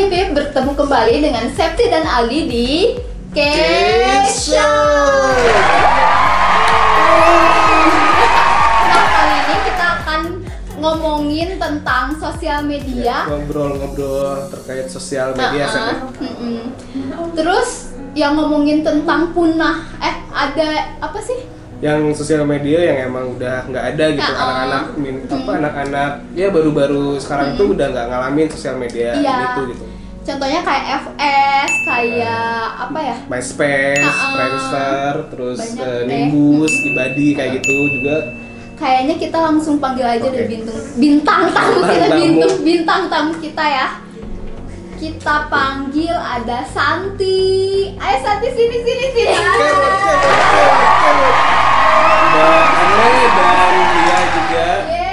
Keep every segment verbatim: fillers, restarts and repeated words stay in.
Hip Hip, bertemu kembali dengan Septi dan Aldi di Kesho. Nah, kali ini kita akan ngomongin tentang sosial media. Ngobrol-ngobrol terkait sosial media. Uh-uh. Terus yang ngomongin tentang punah. Eh, ada apa sih? Yang sosial media yang emang udah nggak ada gitu, uh-uh. anak-anak min- apa anak-anak ya baru-baru sekarang tuh udah nggak ngalamin sosial media Iya. gitu gitu. Contohnya kayak F S, kayak apa ya? MySpace, Uh-uh. Friendster, terus Banyak uh, deh. Nimbus, Ibadi kayak gitu juga. Kayaknya kita langsung panggil aja Oke. dari bintang bintang tamu Bintang kita tamu. bintang bintang tamu kita ya. Kita panggil ada Santi. Ayo Santi, sini sini sini. Mbak Andre dan Lia juga.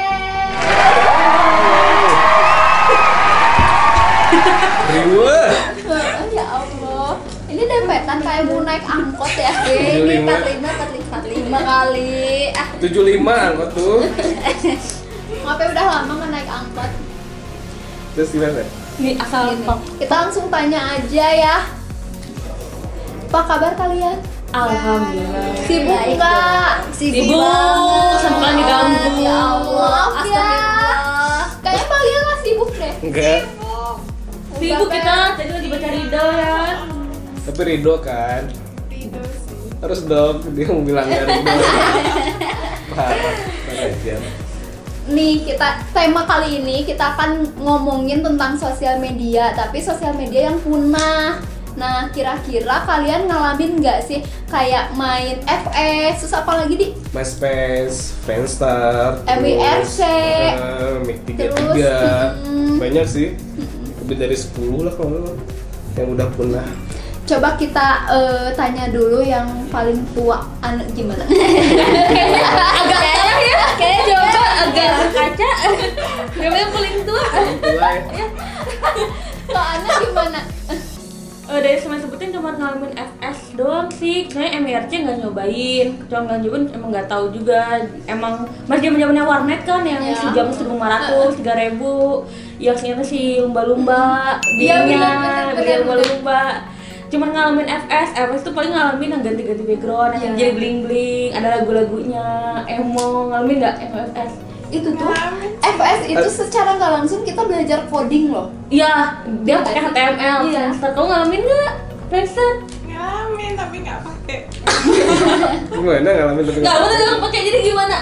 Riwa. Oh, ya Allah. Ini dempetan kayak mau naik angkot ya. Ini empat puluh lima empat puluh lima kali. Ah, tujuh puluh lima angkot tuh. Maaf ya udah lama nggak naik angkot. Terus gimana? Ini asal Gini, kita langsung tanya aja ya. Apa kabar kalian? Alhamdulillah. Sibuk Ya, nggak? Sibuk, banget. sampai diganggu. Ya Allah, Maaf ya. Astagfirullah. Kayaknya kalian nggak sibuk deh. Enggak. Sibuk kita, tadi lagi baca Ridho ya. Tapi Ridho kan. Harus dong, dia mau bilang nggak Ridho. Parah, parah aja. Nih, kita tema kali ini kita akan ngomongin tentang sosial media, tapi sosial media yang punah. Nah, kira-kira kalian ngalamin nggak sih kayak main F S, terus apa lagi di MySpace, Friendster, M I R C, uh, Mic tiga puluh tiga, mm, banyak sih, lebih dari sepuluh lah kalau nggak, yang udah punah. coba kita eh, tanya dulu yang paling tua, anu gimana? Agak salah ya. Kayaknya coba agak berkaca. Gimana yang paling tua? Tua ya. Kalau Ana gimana? Eh, dari semua sebutin cuma ngalamin F S doang sih. Kayaknya M I R C nggak nyobain. Kecuali nggak nyobain emang nggak tahu juga. Emang masih zaman zamannya warnet kan yang Ya. sejam seribu lima ratus, tiga ribu. Yang sini si lumba-lumba, Iya, bingnya, bener, bener, bikin bener. lumba-lumba. Cuman ngalamin F S, F S tuh paling ngalamin yang ganti-ganti background, yang Iya. jadi bling-bling, ada lagu-lagunya, emo, ngalamin nggak yang F S? Itu tuh F S itu secara nggak langsung kita belajar coding loh. Iya, dia Iya, pakai H T M L, iya. Friendster. Kamu ngalamin nggak? Friendster? Ngalamin tapi nggak pakai. Gimana ngalamin tapi Nggak, betul nggak pakai, jadi gimana?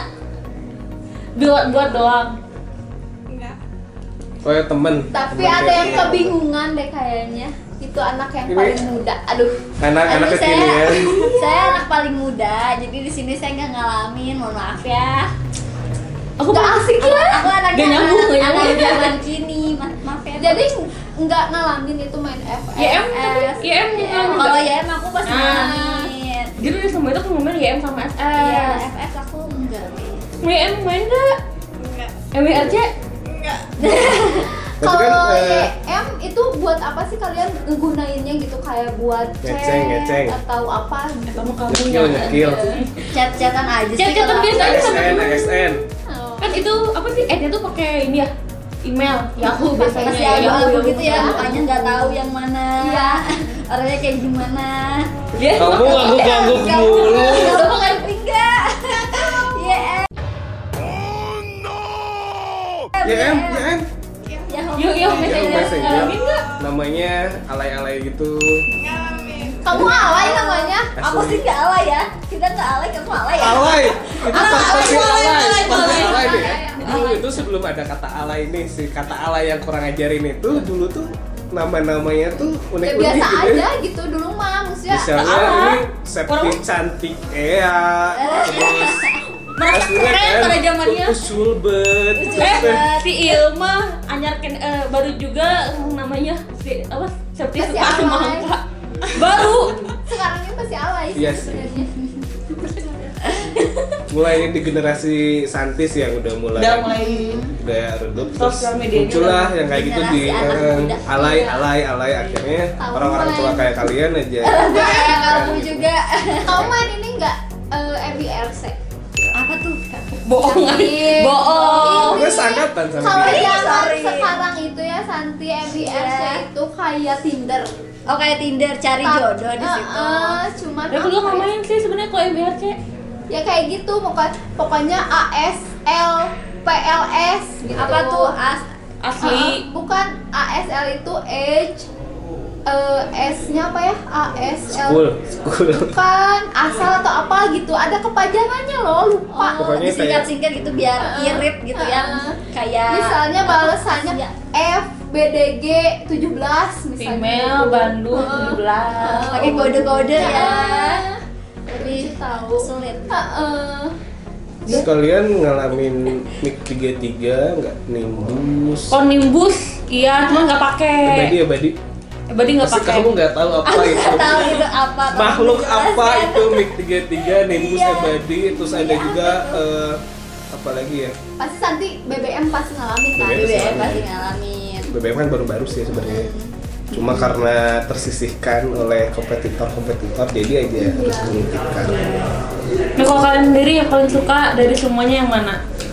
Buat buat doang. Nggak. Oh ya temen. Tapi Temen ada kayak yang gitu. kebingungan deh kayaknya. Itu anak yang Ini- paling muda. Aduh. Anak-anak Aduh, saya, kekinian. saya anak paling muda. Jadi di sini saya nggak ngalamin. Mohon maaf ya. Aku Nggak asik ya. Aku Aku anaknya Nggak nyambung, nggak anak nyambung. zaman kini. Ma- Maaf ya. Jadi nggak ngalamin itu main F S. Y M tapi Y M ngalamin Kalau nggak? Y M aku pasti Ah. ngalamin. Jadi dari semua itu aku ngomongin Y M sama S S. Iya, F S aku enggak. Y M main nggak? Nggak. M I R C? Nggak. Tapi kan, Kalau eh, Y M itu buat apa sih kalian ngegunainnya gitu, kayak buat Ngeceng, chat ngeceng. atau apa? Kamu kamu Nyekil, nyekil. Chat-chatan aja sih. Chat-chatan kalau biasa aku. aja. A S N, A S N. Oh. kan itu apa sih? Ad-nya tuh pakai ini ya? Email, Yahoo biasanya. Masih ya, abu-abu Yahoo, gitu ya, Yahoo. makanya nggak tahu yang mana. Iya. Orangnya kayak gimana? Dia Kamu ngangguk-ngangguk Kamu mulu. kamu ngerti nggak? Iya. Y M, Y M. Ya, Yuk, yuk, Y M messenger. Messenger. Ngalamin nggak? Namanya alay-alay gitu. Ngalamin. kamu alay namanya? Asli. Aku sih nggak alay ya. Kita nggak alay, kamu alay ya? Alay. Itu Alay, pas pasti alay, alay. alay, Pasti alay. alay deh ya. Alay, Itu itu sebelum ada kata alay nih, si kata alay yang kurang ajarin itu dulu tuh nama-namanya tuh Ya unik-unik biasa gitu. aja gitu dulu mah, maksudnya. Misalnya Alay. ini Septi Orang- cantik Ea, terus Merasa aslinya keren pada zamannya. usul bet. Eh, si Ilma anyarkan eh, baru juga namanya si apa? Septi Masih suka alay. semangka. Baru. Sekarang ini pasti alay sih Iya sih. sebenarnya. Mulai ini di generasi Santis yang udah mulai Udah mulai udah redup, terus Sosial medianya muncullah udah- yang kayak gitu di Generasi anak eh, muda. alay Iya. alay alay akhirnya Tahu orang-orang main. tua kayak kalian aja. Kayak kamu juga. Kamu main ini nggak eh, M I R C? apa tuh? Bohong. Yakin. Bohong. Gue seangkatan sama Kalau dia. yang Sorry. sekarang itu ya Santi M I R C Iya. itu kayak Tinder. Oh kayak Tinder cari Ta- jodoh di situ. Eh, eh, cuman Tapi lu apa ya? ngapain sih sebenarnya kalau M I R C? Ya kayak gitu pokoknya pokoknya A S L P L S gitu. Apa tuh as? Asli. Uh, bukan A S L itu age, eh, S-nya apa ya? A S L. School, school. Bukan asal atau apa gitu. Ada kepanjangannya loh, lupa. Oh, Pokoknya disingkat-singkat gitu biar Uh, irit gitu ya. uh, Kayak Misalnya balasannya Iya. F B D G tujuh belas misalnya. Female gitu. Bandung Uh, tujuh belas. pakai kode-kode ya. Lebih tahu. Sulit. Heeh. Sekalian ngalamin mic tiga puluh tiga nggak nimbus. Kalau Nimbus, iya, cuma nggak pakai. Abadi abadi. Abadi nggak Pasti pakai. kamu nggak tahu apa itu. Tahu itu apa? tolong Makhluk dijelaskan. apa itu mic tiga puluh tiga nimbus Iya. abadi terus ada juga eh, apa lagi ya? Pasti Santi B B M pasti ngalamin kan. B B M. B B M pasti ngalamin. B B M kan baru-baru sih sebenarnya. Cuma karena tersisihkan oleh kompetitor-kompetitor jadi aja harus menyingkirkan. Nah kalau kalian sendiri yang paling suka dari semuanya yang mana?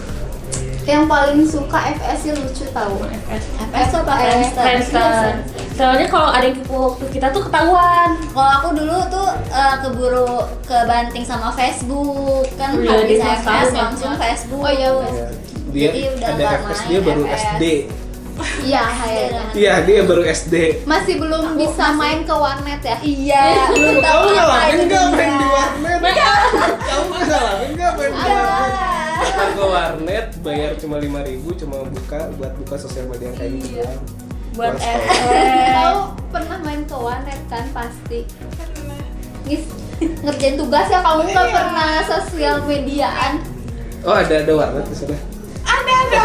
Yang paling suka F S sih lucu tahu. F S. F S tuh apa Eh, Friendster? Friendster. Soalnya kalau ada yang kepo waktu kita tuh ketahuan. Kalau aku dulu tuh eh, keburu kebanting sama Facebook kan Oh iya, habis dia F S setahun ya. langsung Facebook. Oh iya, Ya, dia Jadi udah ada nggak F S main dia baru F S. S D. Iya, kayaknya. Iya dia baru S D. Masih belum Aku bisa masih- main ke warnet ya? Iya, belum tahu Kamu apa ngalamin itu nggak main dunia. di warnet? Kamu ngalamin nggak main di warnet? Datang ke warnet bayar cuma lima ribu cuma buka buat buka sosial media kayak gitu. Iya. Buat One F stop. S. Tahu pernah main ke warnet kan pasti. Karena Ngis ngerjain tugas ya kamu nggak pernah sosial mediaan. Oh ada ada warnet di sana. ada ada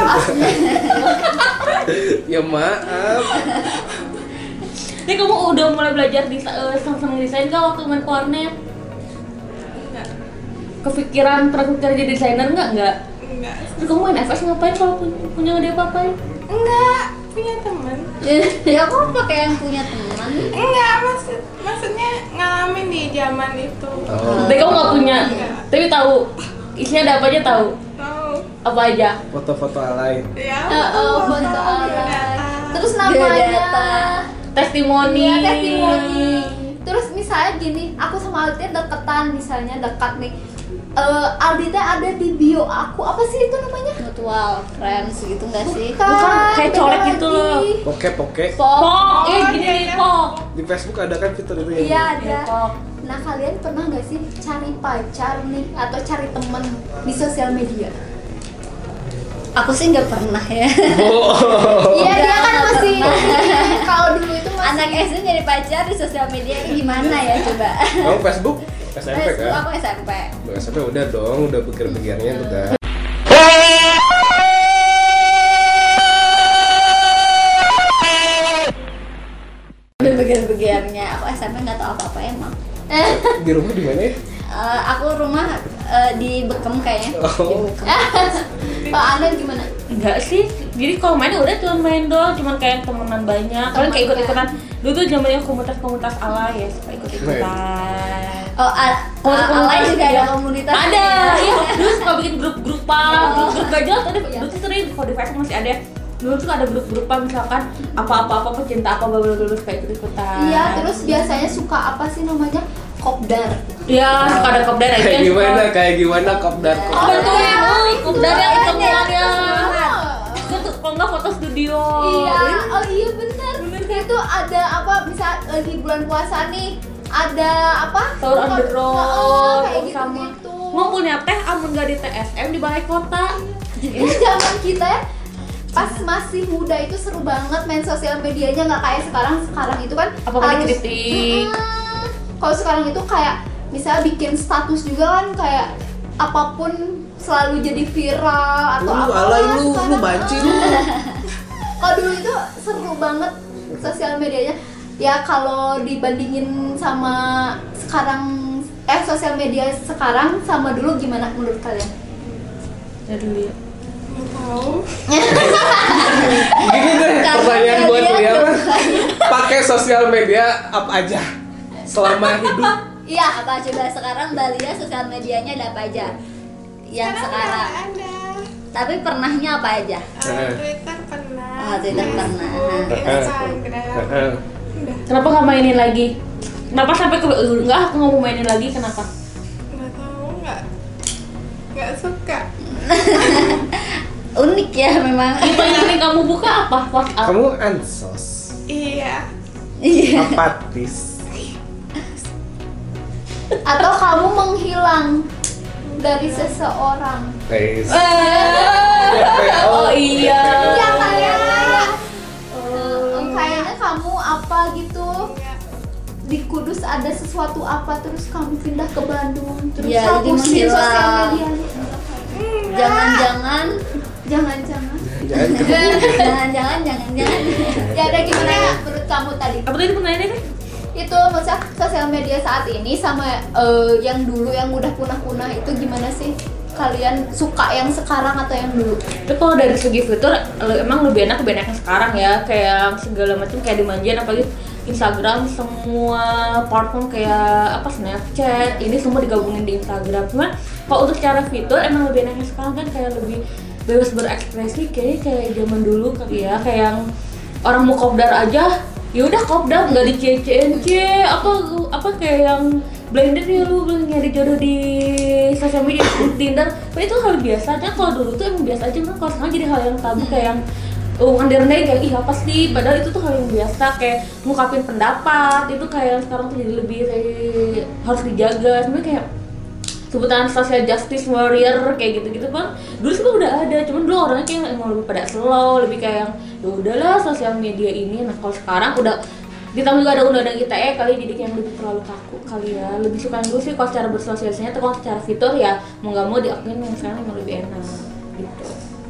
Ya maaf. Ini kamu udah mulai belajar di uh, senang desain nggak waktu main ke warnet? enggak Kepikiran pernah kepikiran jadi desainer nggak? Nggak. enggak Terus kamu main F S ngapain kalau punya, punya dia apa-apain? enggak punya teman Ya aku pakai yang punya teman. enggak maksud maksudnya ngalamin di zaman itu Oh. Tapi kamu nggak punya, Nggak. tapi tahu isinya ada apa aja tahu? tahu Apa aja? Foto-foto alay. ya Oh, foto, foto alay. biodata. Terus namanya Biodata. Testimoni. Iya, testimoni. Terus misalnya gini, aku sama Aldi deketan misalnya dekat nih. Eh Aldi teh ada di bio aku. Apa sih itu namanya? Mutual friends gitu nggak sih? Bukan, kayak beda colek gitu lagi. loh. Poke poke. Pok, Oh, eh gini iya, nih, iya. pok. Di Facebook ada kan fitur itu ya. Iya ada. Pok. Nah kalian pernah nggak sih cari pacar nih atau cari temen di sosial media? Aku sih nggak pernah ya. Oh. Iya dia kan nggak masih pernah. kalau dulu itu masih Anak S D nyari pacar di sosial media itu gimana ya coba? Kamu Facebook S M P Facebook kan? aku S M P. S M P udah dong, udah pikir-pikirnya tuh kan. Udah begian-begiannya. Aku S M P nggak tahu apa-apa emang. Di rumah di mana ya? Eh, aku rumah eh, di Bekem kayaknya. Di Oh. Bekem. Pak Anda gimana? Enggak sih, jadi kalau main udah cuma main doang, cuman kayak temenan banyak. Kalian kayak ikut-ikutan. Dulu tuh zamannya komunitas-komunitas alay ya, suka ikut-ikutan. Oh, a- a- alay juga ada komunitas. Ada, iya. Dulu suka bikin grup-grupan, Oh. grup-grup gak jelas. Ada, dulu tuh sering kalau di Facebook masih ada. Dulu tuh ada grup-grupan misalkan apa-apa-apa pecinta apa bla-bla-bla suka ikut-ikutan. Iya terus biasanya suka apa sih namanya? Kopdar. Iya, suka ada kopdar aja. Kayak gimana? Kayak gimana kopdar Oh, kopdar? bantuin, oh, kopdar yang Banyak, ketemuannya. Oh. Itu tuh kalau nggak foto studio. Iya, oh iya bener. Itu ada apa? Misal lagi bulan puasa nih, ada apa? Sahur on the Oh, road, kayak gitu sama gitu. ngumpulnya teh amun gak di T S M di balai kota. Itu zaman kita ya, pas masih muda itu seru banget main sosial medianya nggak kayak sekarang. Sekarang itu kan Apa-apa dikritik. Mm-mm. Kalau sekarang itu kayak misalnya bikin status juga kan kayak apapun selalu jadi viral atau Lu apa. alay lu, lu sekarang. banci lu. Kalau dulu itu seru banget sosial medianya. Ya kalau dibandingin sama sekarang eh sosial media sekarang sama dulu gimana menurut kalian? Jadi lihat. nggak tahu Gini deh, pertanyaan buat kalian dia tuh. mah. Pakai sosial media apa aja selama hidup? Iya. Apa coba sekarang Mbak Lia sosial medianya ada apa aja? yang sekarang. Udah ada. Tapi pernahnya apa aja? Uh, Twitter pernah. Oh, Twitter pernah. Facebook, Heeh. Instagram. Heeh. Udah. Kenapa nggak mainin lagi? Kenapa sampai ke enggak aku nggak mau mainin lagi? Kenapa? Nggak tahu nggak nggak suka. Unik ya memang. Yang paling sering kamu buka apa? WhatsApp. Kamu ansos, Iya. Iya. apatis. Atau kamu menghilang dari seseorang. Guys. Oh iya. Ya kayak eh, kayaknya kamu apa gitu Iya. di Kudus ada sesuatu apa terus kamu pindah ke Bandung terus Iya, jadi hapusin menghilang. sosial media. Jangan-jangan Jangan-jangan. Jangan keburu. jangan-jangan jangan-jangan. Ya ada gimana ya menurut kamu tadi? Apa tadi pertanyaannya? Itu maksudnya sosial media saat ini sama eh, yang dulu yang udah punah-punah itu gimana sih? Kalian suka yang sekarang atau yang dulu? Tapi kalau dari segi fitur le- emang lebih enak lebih enak yang sekarang ya, kayak yang segala macam kayak dimanjain, apalagi Instagram semua platform kayak apa Snapchat ini semua digabungin di Instagram. Cuma kalau untuk secara fitur emang lebih enak yang sekarang kan, kayak lebih bebas berekspresi, kayak kayak zaman dulu kali ya, kayak yang orang mau kopdar aja ya udah kopdar nggak dicecein c apa apa kayak yang blender ya lu nyari jodoh di sosial media di Tinder. Nah, itu hal biasa aja. Kalau dulu tuh emang biasa aja, kan kalau sekarang jadi hal yang tabu kayak yang oh rendah-rendahin kayak ih apa sih, padahal itu tuh hal yang biasa kayak ngungkapin pendapat itu kayak yang sekarang tuh jadi lebih kayak harus dijaga. Sebenarnya kayak sebutan social justice warrior kayak gitu-gitu kan dulu sih udah ada, cuman dulu orangnya kayak emang lebih pada slow, lebih kayak yang ya udahlah sosial media ini. Nah kalau sekarang udah ditambah juga ada undang-undang I T E kali, jadi kayak lebih terlalu kaku kali ya. Lebih suka yang dulu sih kalau secara bersosialisasinya, tapi kalau secara fitur ya mau nggak mau diakuin yang sekarang emang lebih enak gitu.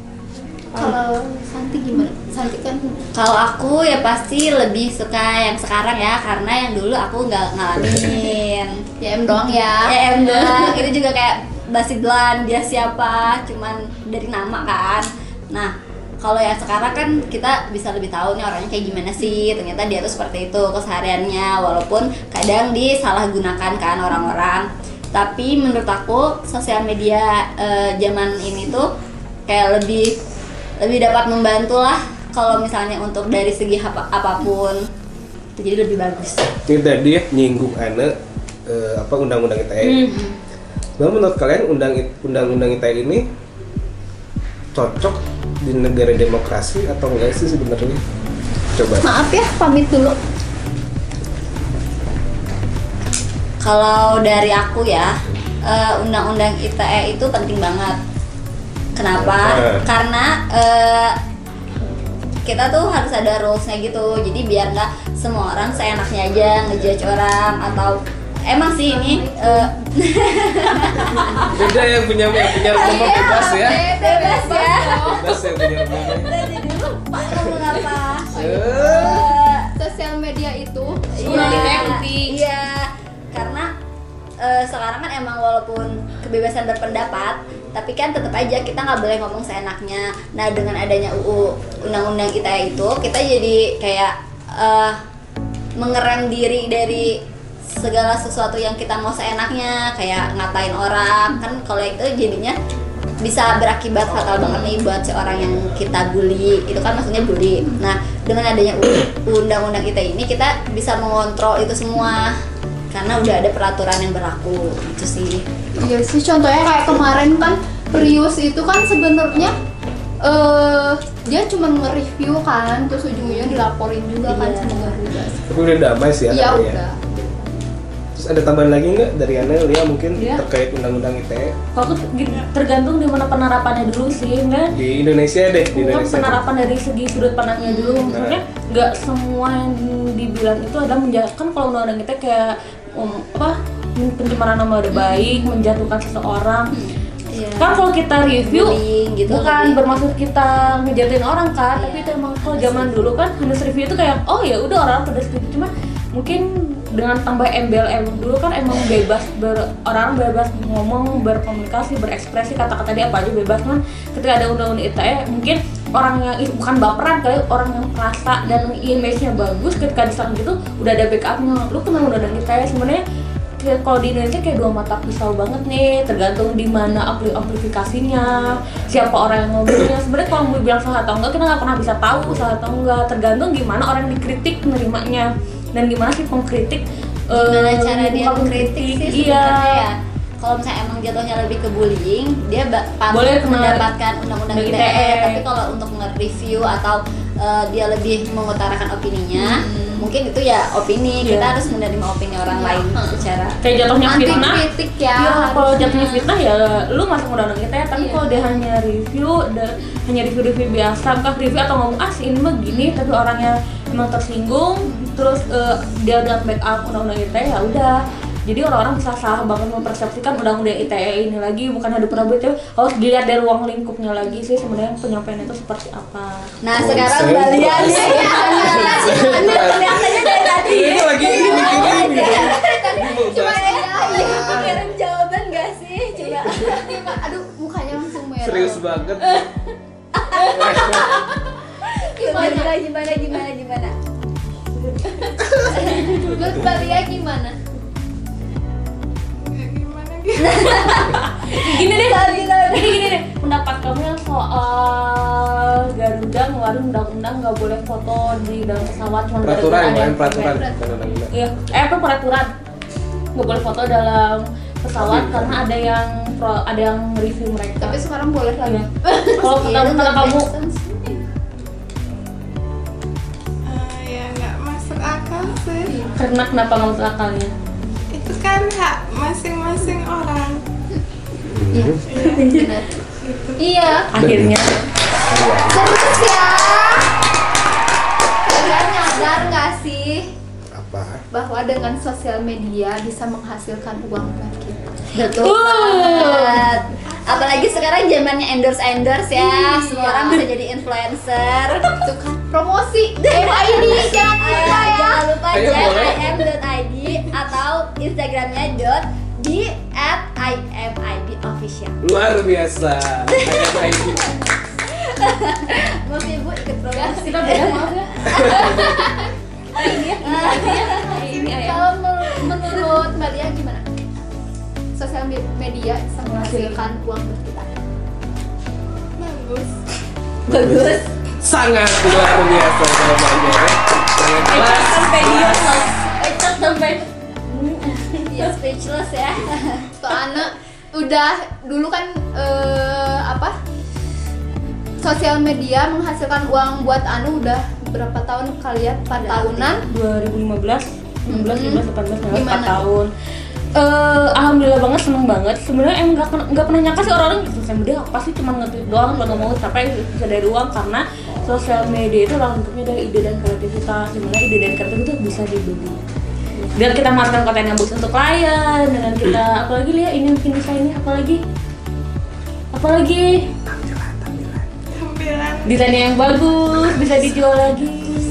Kalau Santi gimana? Santi kan Kalau aku ya pasti lebih suka yang sekarang ya, karena yang dulu aku nggak ngalamin. ya em doang ya. Ya em doang, itu juga kayak basi belan dia siapa, cuman dari nama kan. Nah kalau yang sekarang kan kita bisa lebih tahu nih orangnya kayak gimana sih, ternyata dia tuh seperti itu kesehariannya, walaupun kadang disalahgunakan kan orang-orang. Tapi menurut aku sosial media eh, zaman ini tuh kayak lebih lebih dapat membantu lah kalau misalnya untuk dari segi apa, apapun itu jadi lebih bagus. Ini tadi ya nyinggung Ana eh, apa undang-undang I T E. Hmm. Nah, menurut kalian undang undang-undang I T E ini cocok di negara demokrasi atau enggak sih sebenarnya? Coba. Maaf ya, pamit dulu. Kalau dari aku ya, eh, undang-undang I T E itu penting banget. Kenapa? Eh. Karena eh, kita tuh harus ada rulesnya gitu. Jadi biar nggak semua orang seenaknya aja ngejudge orang, atau emang sih ini eh, Beda yang punya yang punya rumah bebas ya. bebas ya. Bebas yang punya rumah. Udah jadi lupa ngomong apa. Eh. Eh, Sosial media itu Undang I T E penting. Iya, karena eh, sekarang kan emang walaupun kebebasan berpendapat, tapi kan tetap aja kita nggak boleh ngomong seenaknya. Nah dengan adanya U U Undang-Undang I T E itu, kita jadi kayak eh, mengerem diri dari segala sesuatu yang kita mau seenaknya, kayak ngatain orang kan. Kalau itu jadinya bisa berakibat fatal banget nih buat seorang yang kita bully, itu kan maksudnya bully. Nah dengan adanya undang-undang I T E ini kita bisa mengontrol itu semua karena udah ada peraturan yang berlaku gitu sih. Iya sih, contohnya kayak kemarin kan Prius itu kan sebenarnya eh dia cuma nge-review kan, terus ujung-ujungnya dilaporin juga kan Iya. sama Garuda. Tapi udah damai sih ya. Iya katanya. udah. Terus ada tambahan lagi nggak dari Ana, Lia mungkin Iya. terkait undang-undang I T E Kalau aku gitu, tergantung di mana penerapannya dulu sih, kan? di Indonesia deh, di Bukan Indonesia. penerapan dari segi sudut pandangnya dulu, maksudnya nggak semua yang dibilang itu adalah menjatuhkan. Kan kalau undang-undang kita kayak um, apa pencemaran nama udah baik, menjatuhkan seseorang. Iya. Kan kalau kita review Bullying gitu, bukan lebih. bermaksud kita ngejatuhin orang kan, Iya. tapi itu emang kalau zaman dulu kan Hannes review itu kayak oh ya udah orang pada setuju, cuma mungkin dengan tambah embel-embel dulu kan emang bebas ber, orang bebas ngomong, berkomunikasi, berekspresi, kata-kata dia apa aja bebas. Kan ketika ada undang-undang I T E mungkin orang yang ih, bukan baperan kali, orang yang perasa dan image-nya bagus, ketika diserang gitu udah ada backupnya. Lu kena undang-undang I T E sebenarnya kayak kalau di Indonesia kayak dua mata pisau banget nih, tergantung di mana apli- aplikasinya, siapa orang yang ngobrolnya. Sebenarnya kalau mau bilang salah atau enggak, kita nggak pernah bisa tahu salah atau enggak, tergantung gimana orang yang dikritik menerimanya dan gimana sih pengkritik Gimana eh, cara dia bukan mengkritik sih iya. sebenarnya ya. Kalau misalnya emang jatuhnya lebih ke bullying, dia ba- Boleh patut kena mendapatkan undang-undang I T E. I T E. Tapi kalau untuk nge-review atau uh, dia lebih mengutarakan opininya, Hmm. mungkin itu ya opini. Iya. Kita harus menerima opini orang Iya. lain secara Kayak jatuhnya anti fitnah. kritik ya. Iya, kalau harusnya. jatuhnya fitnah ya lu masuk undang-undang kita ya, tapi Iya. kalau dia hanya review, da- hanya review-review biasa, bukan review atau ngomong ah si ini mah gini, tapi orangnya emang tersinggung, terus eh, dia udah backup undang-undang I T E ya udah. Jadi orang-orang bisa salah banget mempersepsikan undang-undang I T E ini lagi, bukan ada pernah berita, harus dilihat dari ruang lingkupnya lagi sih sebenarnya penyampaian itu seperti apa. Nah, Oh, sekarang saya kalian bahas. ya, kelihatannya dari tadi. Ini lagi mikirin gitu. Cuma ya, mikirin jawaban gak sih? Coba. Aduh, mukanya langsung merah. Serius banget. Gimana, gimana, gimana, gimana? Menurut Mbak Lia gimana? Ya, gimana gitu? Gini deh, gini gini deh, pendapat kamu yang soal Garuda ngeluarin undang-undang nggak boleh foto di dalam pesawat cuma Peraturan, gara-gara ada main yang peraturan. komen. Undang-undang. Iya, eh apa peraturan nggak boleh foto dalam pesawat Tapi- karena ada yang pro, ada yang review mereka. Tapi sekarang boleh lagi. Iya. Kalau Iya, kamu itu kalau kamu make sense. Eh, ya nggak masuk akal sih. karena kenapa nggak masuk akalnya? Itu kan hak masing-masing orang. Benar. Iya. Akhirnya Serius ya. Kalian nyadar nggak sih Apa? bahwa dengan sosial media bisa menghasilkan uang buat kita? Betul Uh. banget. Apalagi sekarang zamannya endorse endorse ya. Iya. Semua orang bisa jadi influencer. Itu kan promosi M I D jangan Eh, lupa ya. jangan lupa Ayo, boleh. j i m dot i d atau Instagramnya dot di at i m i d official. Luar biasa. I M I D. Maaf ibu ikut promosi. kita beda maaf ya. Ini ayam. Kalau menur- menurut Mbak Lia gimana? Sosial me- media bisa menghasilkan uang buat kita? Bagus. Bagus. Sangat luar biasa jawabannya. Sangat kelas. Sampai dia Ecak sampai Ya speechless ya. Soalnya udah dulu kan eh, apa? Sosial media menghasilkan uang buat Anu udah berapa tahun kali ya? empat tahunan. dua ribu lima belas, enam belas, lima belas, delapan belas, sembilan belas, empat Gimana? tahun. Eh, alhamdulillah banget, seneng banget. Sebenarnya em nggak ken- nggak pernah nyangka sih orang-orang sosial media apa sih cuma nge-tweet doang buat ngomong, tapi bisa dari uang karena sosial media itu lengkapnya dari ide dan kreativitas. Dimana ide dan kreativitas itu bisa dibeli. Dan kita masukkan konten yang bagus untuk klien, dengan kita apalagi lihat ini bikin desainnya, apalagi apalagi Tampilan. desainnya yang bagus bisa dijual lagi.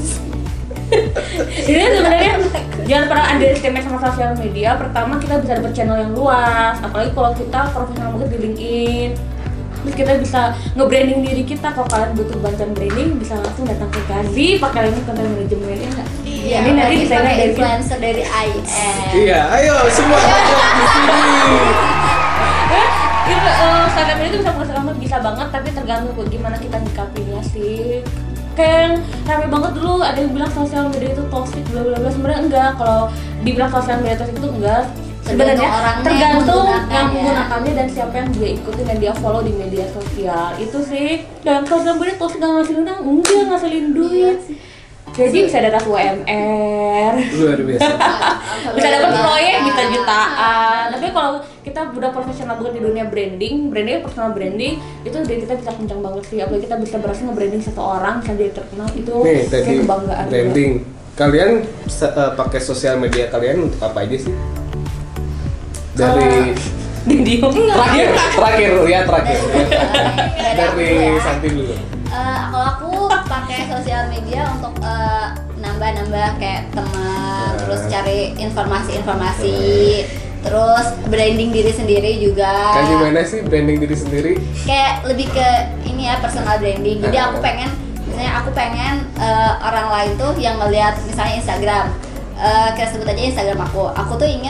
Ini sebenarnya jangan pernah underestimate sama sosial media. Pertama kita bisa dapat channel yang luas, apalagi kalau kita profesional banget di LinkedIn. Terus kita bisa nge-branding diri kita. Kalau kalian butuh bantuan branding bisa langsung datang ke Gazi, pakai link konten manajemen ya nggak? Iya, Ini nanti kita desainnya pakai dari influencer dari I M. Iya, ayo semua masuk di sini. Itu uh, sosial media itu bisa menghasilkan uang, bisa banget, tapi tergantung gimana kita nyikapinya sih. Kayak yang rame banget dulu ada yang bilang sosial media itu toxic bla bla bla, sebenarnya enggak. Kalau dibilang sosial media toxic itu enggak, sebenarnya Tergantung orangnya yang tergantung menggunakan yang ya. menggunakannya dan siapa yang dia ikutin dan dia follow di media sosial itu sih. Dan sosial media toxic nggak ngasilin uang, enggak ngasilin duit. Jadi bisa dapat U M R, Luar biasa. bisa dapat proyek juta-jutaan. Tapi kalau kita udah profesional banget di dunia branding, branding personal branding itu dari kita bisa kencang banget sih. Apalagi kita bisa berhasil nge-branding satu orang bisa jadi terkenal, itu Nih tadi kayak kebanggaan juga. branding. Kalian se- eh, pakai sosial media kalian untuk apa aja sih? Dari Di diem. terakhir, terakhir ya terakhir. Dari aku Dari ya. Santi dulu. Eh, kalau aku pakai sosial media untuk eh, nambah-nambah kayak teman, Nah. terus cari informasi-informasi, terus branding diri sendiri juga. Kan gimana sih branding diri sendiri? Kayak lebih ke ini ya, personal branding. Jadi Nah. aku pengen, misalnya aku pengen eh, orang lain tuh yang ngelihat misalnya Instagram, eh, kita sebut aja Instagram aku. Aku tuh ingin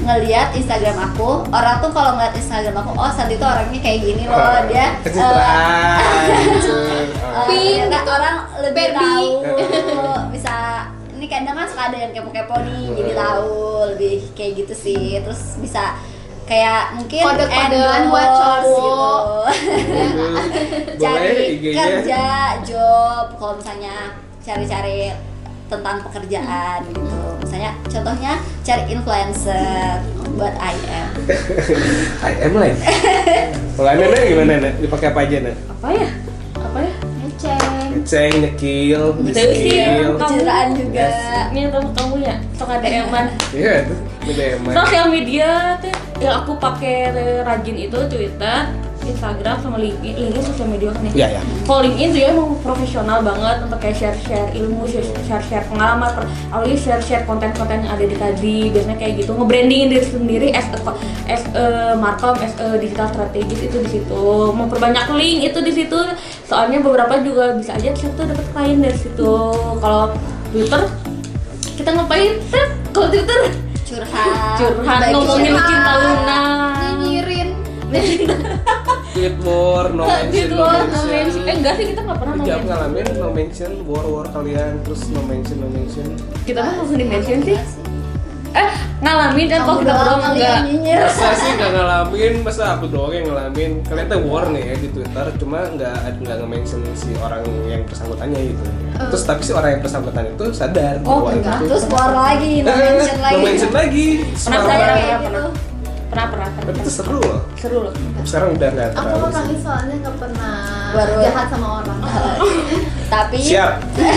ngelihat Instagram aku, orang tuh kalau ngeliat Instagram aku, oh Santi tuh orangnya kayak gini loh, Oh, dia pencitraan gitu. uh, Pink ternyata gitu. orang lebih Barbie. tahu bisa ini kadang kan suka ada yang kepo-kepo nih, jadi tahu lebih kayak gitu sih, terus bisa kayak mungkin Kode-kodean buat endorse cowok. gitu. Boleh Cari I G-nya. kerja, job, kalau misalnya cari-cari tentang pekerjaan gitu. Misalnya contohnya cari influencer buat I M. I am lah. Kalau Anda Nek, gimana Nek? Dipakai apa aja Nek? Apa ya? Apa ya? Ngeceng. Ngeceng, nyekil, Betul sih, skill. kamu. Pencitraan juga. Ini kamu kamu ya, suka D M-an. Iya itu, beda emang. Sosial media tuh yang aku pakai rajin itu Twitter, Instagram sama LinkedIn. LinkedIn sosial media kan ya? Iya ya. Kalau LinkedIn tuh ya emang profesional banget untuk kayak share-share ilmu, share-share pengalaman, per- apalagi share-share konten-konten yang ada di Kadi, biasanya kayak gitu, nge-brandingin diri sendiri as a, as a markom, as a digital strategis itu di situ, memperbanyak link itu di situ, soalnya beberapa juga bisa aja kita tuh dapat klien dari situ. Kalau Twitter kita ngapain? Set, kalau Twitter Curhat. curhat, Bagi ngomongin curhat. cinta lunak, Nyinyirin. Tweet war, no mention, gitu no loh, mention. mention. Eh enggak sih, kita nggak pernah Tapi jangan mention. ngalamin no mention, war war kalian terus no mention, no mention. Kita mah langsung di mention sih. Eh ngalamin kan kalau Kamu kita doang berdua kali enggak. yang nyinyir. Masa sih nggak ngalamin, masa aku doang yang ngalamin. Kalian tuh war nih ya di Twitter, cuma nggak nggak nge-mention si orang yang bersangkutannya gitu. Terus tapi si orang yang bersangkutan itu sadar Oh, bahwa enggak. itu Terus keluar lagi, no mention lagi. no mention lagi. Pernah Semarang. saya Kayak pernah gitu. pernah pernah pernah Tapi pernah. itu seru loh. Seru loh. Sekarang udah nggak Aku terlalu. sih. orangnya soalnya nggak pernah Baru. jahat sama orang. Tapi Siap.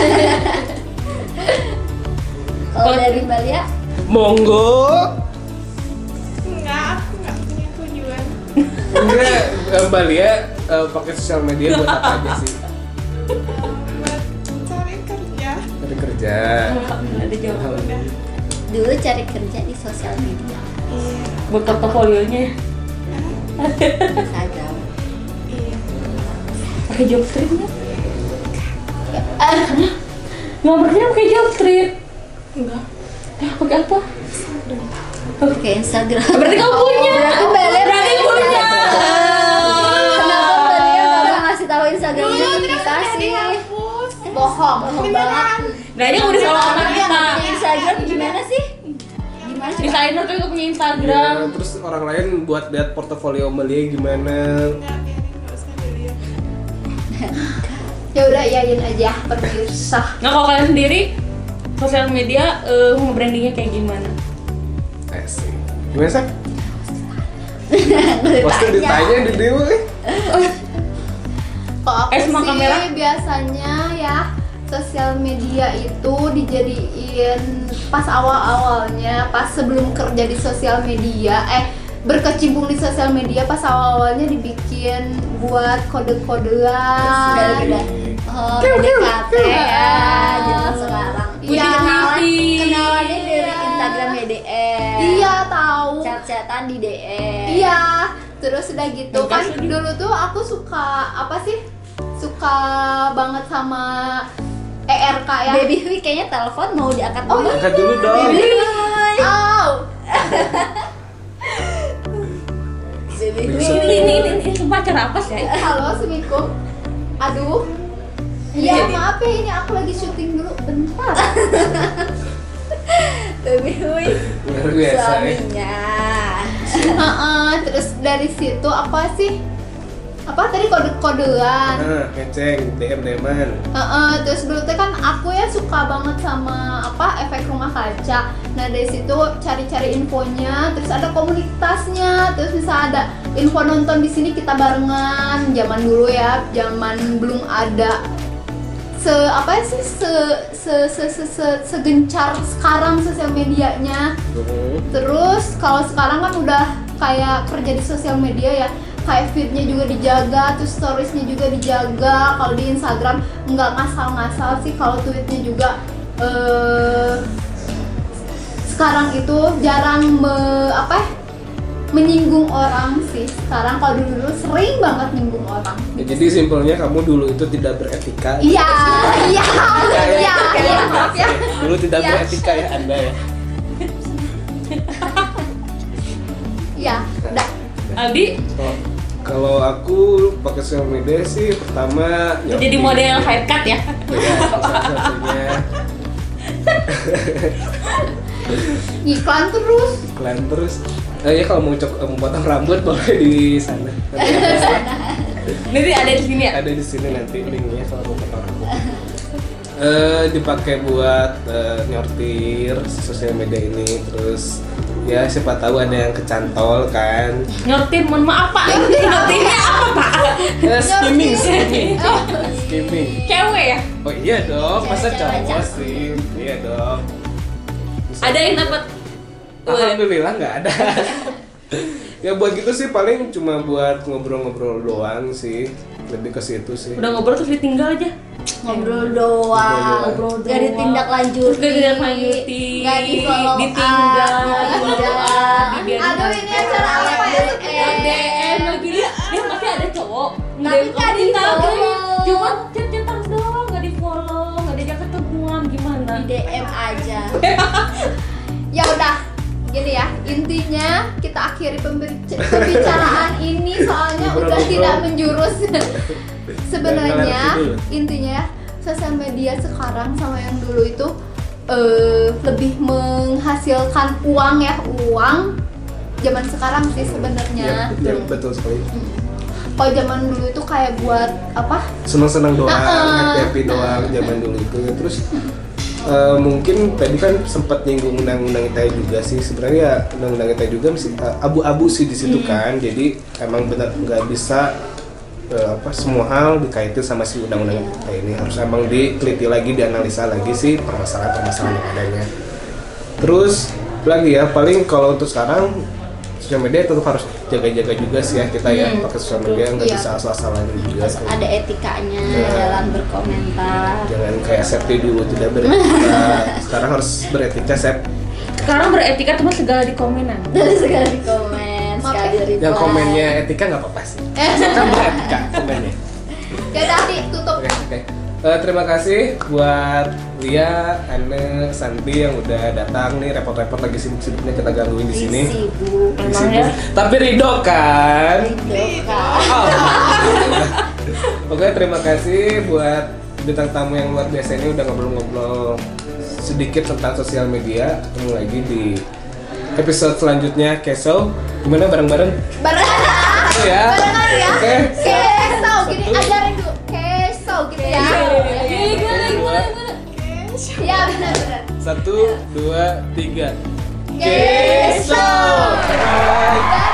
kalau dari Mbak Lia, Monggo. Enggak, aku nggak punya tujuan. Enggak, eh, Mbak Lia eh, pakai sosial media buat apa aja sih? Buat cari kerja. Cari kerja. Ada jawaban. dulu cari kerja di sosial media, Iya. Buat portofolionya Instagram. Iya. pakai job street nggak? Nggak pernah pakai job street. Enggak. Eh, pakai apa? Oke, Instagram. Berarti kamu punya. Berarti Mbak Lia Berarti punya. Kenapa Mbak Lia nggak pernah ngasih tahu Instagramnya ke kita sih? Dihapus. Bohong. Bohong banget. Nah ini udah salah anak Yang kita. punya Instagram gimana sih? Gimana coba? Desainer tuh nggak punya Instagram. Ya, terus orang lain buat lihat portofolio Mbak Lia gimana? Enggak, biarin nggak usah dilihat. Ya udah iyain aja pemirsa. Nah kalau kalian sendiri sosial media eh, nge-brandingnya kayak gimana? Asik. Gimana sih? Boleh Pasti tanya. ditanya di dewa eh. Kalau aku Eh, semua sih kamera? biasanya ya sosial media itu dijadiin pas awal-awalnya, pas sebelum kerja di sosial media, eh berkecimpung di sosial media pas awal-awalnya dibikin buat kode-kodean. Dari Oh, P D K T ya, zaman sekarang. Iya. Kenalan, Iya. kenalannya dari Instagram B D M. Iya tahu. Chat-chatan di D M. Iya. Terus udah gitu Enggak kan sih. dulu tuh aku suka apa sih? Suka banget sama E R K ya. Baby Hui kayaknya telepon mau diangkat Oh, dulu. Angkat dulu dong. Baby Hui. Au. Baby Bisa. Hui. Ini ini ini, ini sumpah acara apa sih? Halo, Assalamualaikum. Aduh. Iya, maaf ya ini aku lagi syuting dulu bentar. Baby Hui. Luar biasa ya. Suaminya. Heeh, terus dari situ apa sih? Apa tadi kode-kodean? Nah, ngeceng, D M D M-an. Heeh, terus dulu tuh kan aku ya suka banget sama apa efek rumah kaca. Nah dari situ cari-cari infonya, terus ada komunitasnya, terus bisa ada info nonton di sini kita barengan. Zaman dulu ya, zaman belum ada se apa sih se se se se, se segencar sekarang sosial medianya. Hmm. Terus kalau sekarang kan udah kayak kerja di sosial media ya, kayak feednya juga dijaga, terus storiesnya juga dijaga. Kalau di Instagram nggak ngasal-ngasal sih, kalau tweetnya juga eh, sekarang itu jarang me, apa ya, menyinggung orang sih. Sekarang kalau dulu dulu sering banget nyinggung orang. Ya, jadi simpelnya kamu dulu itu tidak beretika. Iya, iya, iya, iya, maaf ya. Dulu tidak Iya. beretika ya Anda ya. Ya, udah. Aldi Oh, kalau aku pakai sosial media sih pertama jadi model haircut ya. Ya, salah satunya Iklan terus. iklan terus. Eh, ya kalau mau cok mau potong rambut boleh di sana. Nanti ada di sini ya. Ada di sini nanti linknya kalau mau potong rambut. Eh, dipakai buat eh, nyortir sosial media ini, terus ya siapa tahu ada yang kecantol kan. Nyortir, mohon maaf Pak. Nyortirnya apa Pak? Eh, skimming, skimming, Oh. skimming. Cewek ya? Oh iya dong, masa Cewek-cewek cowok cantik. sih? Iya dong. Bisa. Ada yang dapat. Alhamdulillah nggak ada. Ya buat gitu sih paling cuma buat ngobrol-ngobrol doang sih, lebih ke situ sih. Udah ngobrol terus ditinggal aja. Ngobrol doang, Ngobrol gak doang. ditindak lanjuti, Gak ditindak lanjuti. gak di follow Ditinggal, up, ditinggal, dibiarin Aduh, ini acara apa ya? D M lagi dia, dia masih ada cowok. Tapi D M kan di di-follow. Instagram, cuma chat-chatan doang, nggak di follow, nggak diajak ketemuan, gimana? D M aja. Ya udah, gini ya, intinya kita akhiri pembic- pembicaraan ini soalnya udah Ngobrol-ngobrol. tidak menjurus. Sebenarnya Jangan ngalor-ngidul. intinya ya, sosial media sekarang sama yang dulu itu eh, lebih menghasilkan uang ya, uang zaman sekarang sih sebenarnya. Ya, ya, betul sekali. Kalau zaman dulu itu kayak buat apa? Senang-senang doang, Uh-uh. happy doang zaman dulu itu. Terus eh, mungkin tadi kan sempat nyinggung undang-undang I T E juga sih. Sebenarnya ya undang-undang I T E juga masih eh, abu-abu sih di situ kan. Jadi emang benar nggak bisa eh, apa semua hal dikaitin sama si undang-undang I T E ini. Harus emang diteliti lagi, dianalisa lagi sih permasalahan-permasalahan yang adanya. Terus lagi ya paling kalau untuk sekarang sosial media tetap harus jaga-jaga juga sih ya kita ya, pakai sosial media nggak Iya. bisa asal-asalan juga. Harus ada etikanya Nah. dalam berkomentar. Jangan kayak Septi dulu tidak beretika. Sekarang harus beretika, Sep. Sekarang beretika cuma segala di komenan. Dari segala di komen, Maaf sekali ya. reply. Yang komennya etika nggak apa-apa sih. Eh, Kan beretika komennya. ya tadi tutup. Oke, oke. Eh, terima kasih buat Lia, Anne, Santi yang udah datang nih, repot-repot lagi sibuk-sibuknya kita gangguin di sini. Sibuk. Lagi Emang sibuk. ya? Tapi ridho kan? Hidup kan. Alhamdulillah. Oke, terima kasih buat bintang tamu yang luar biasa ini udah ngobrol-ngobrol sedikit tentang sosial media. Ketemu lagi di episode selanjutnya Kesel. Gimana bareng-bareng? Bareng. Ya. Barengan ya. Oke. Keso gini, Satu. ajarin dulu. Keso gitu ya. Dua, Ya benar-benar. satu, dua, tiga. Keso. Bye.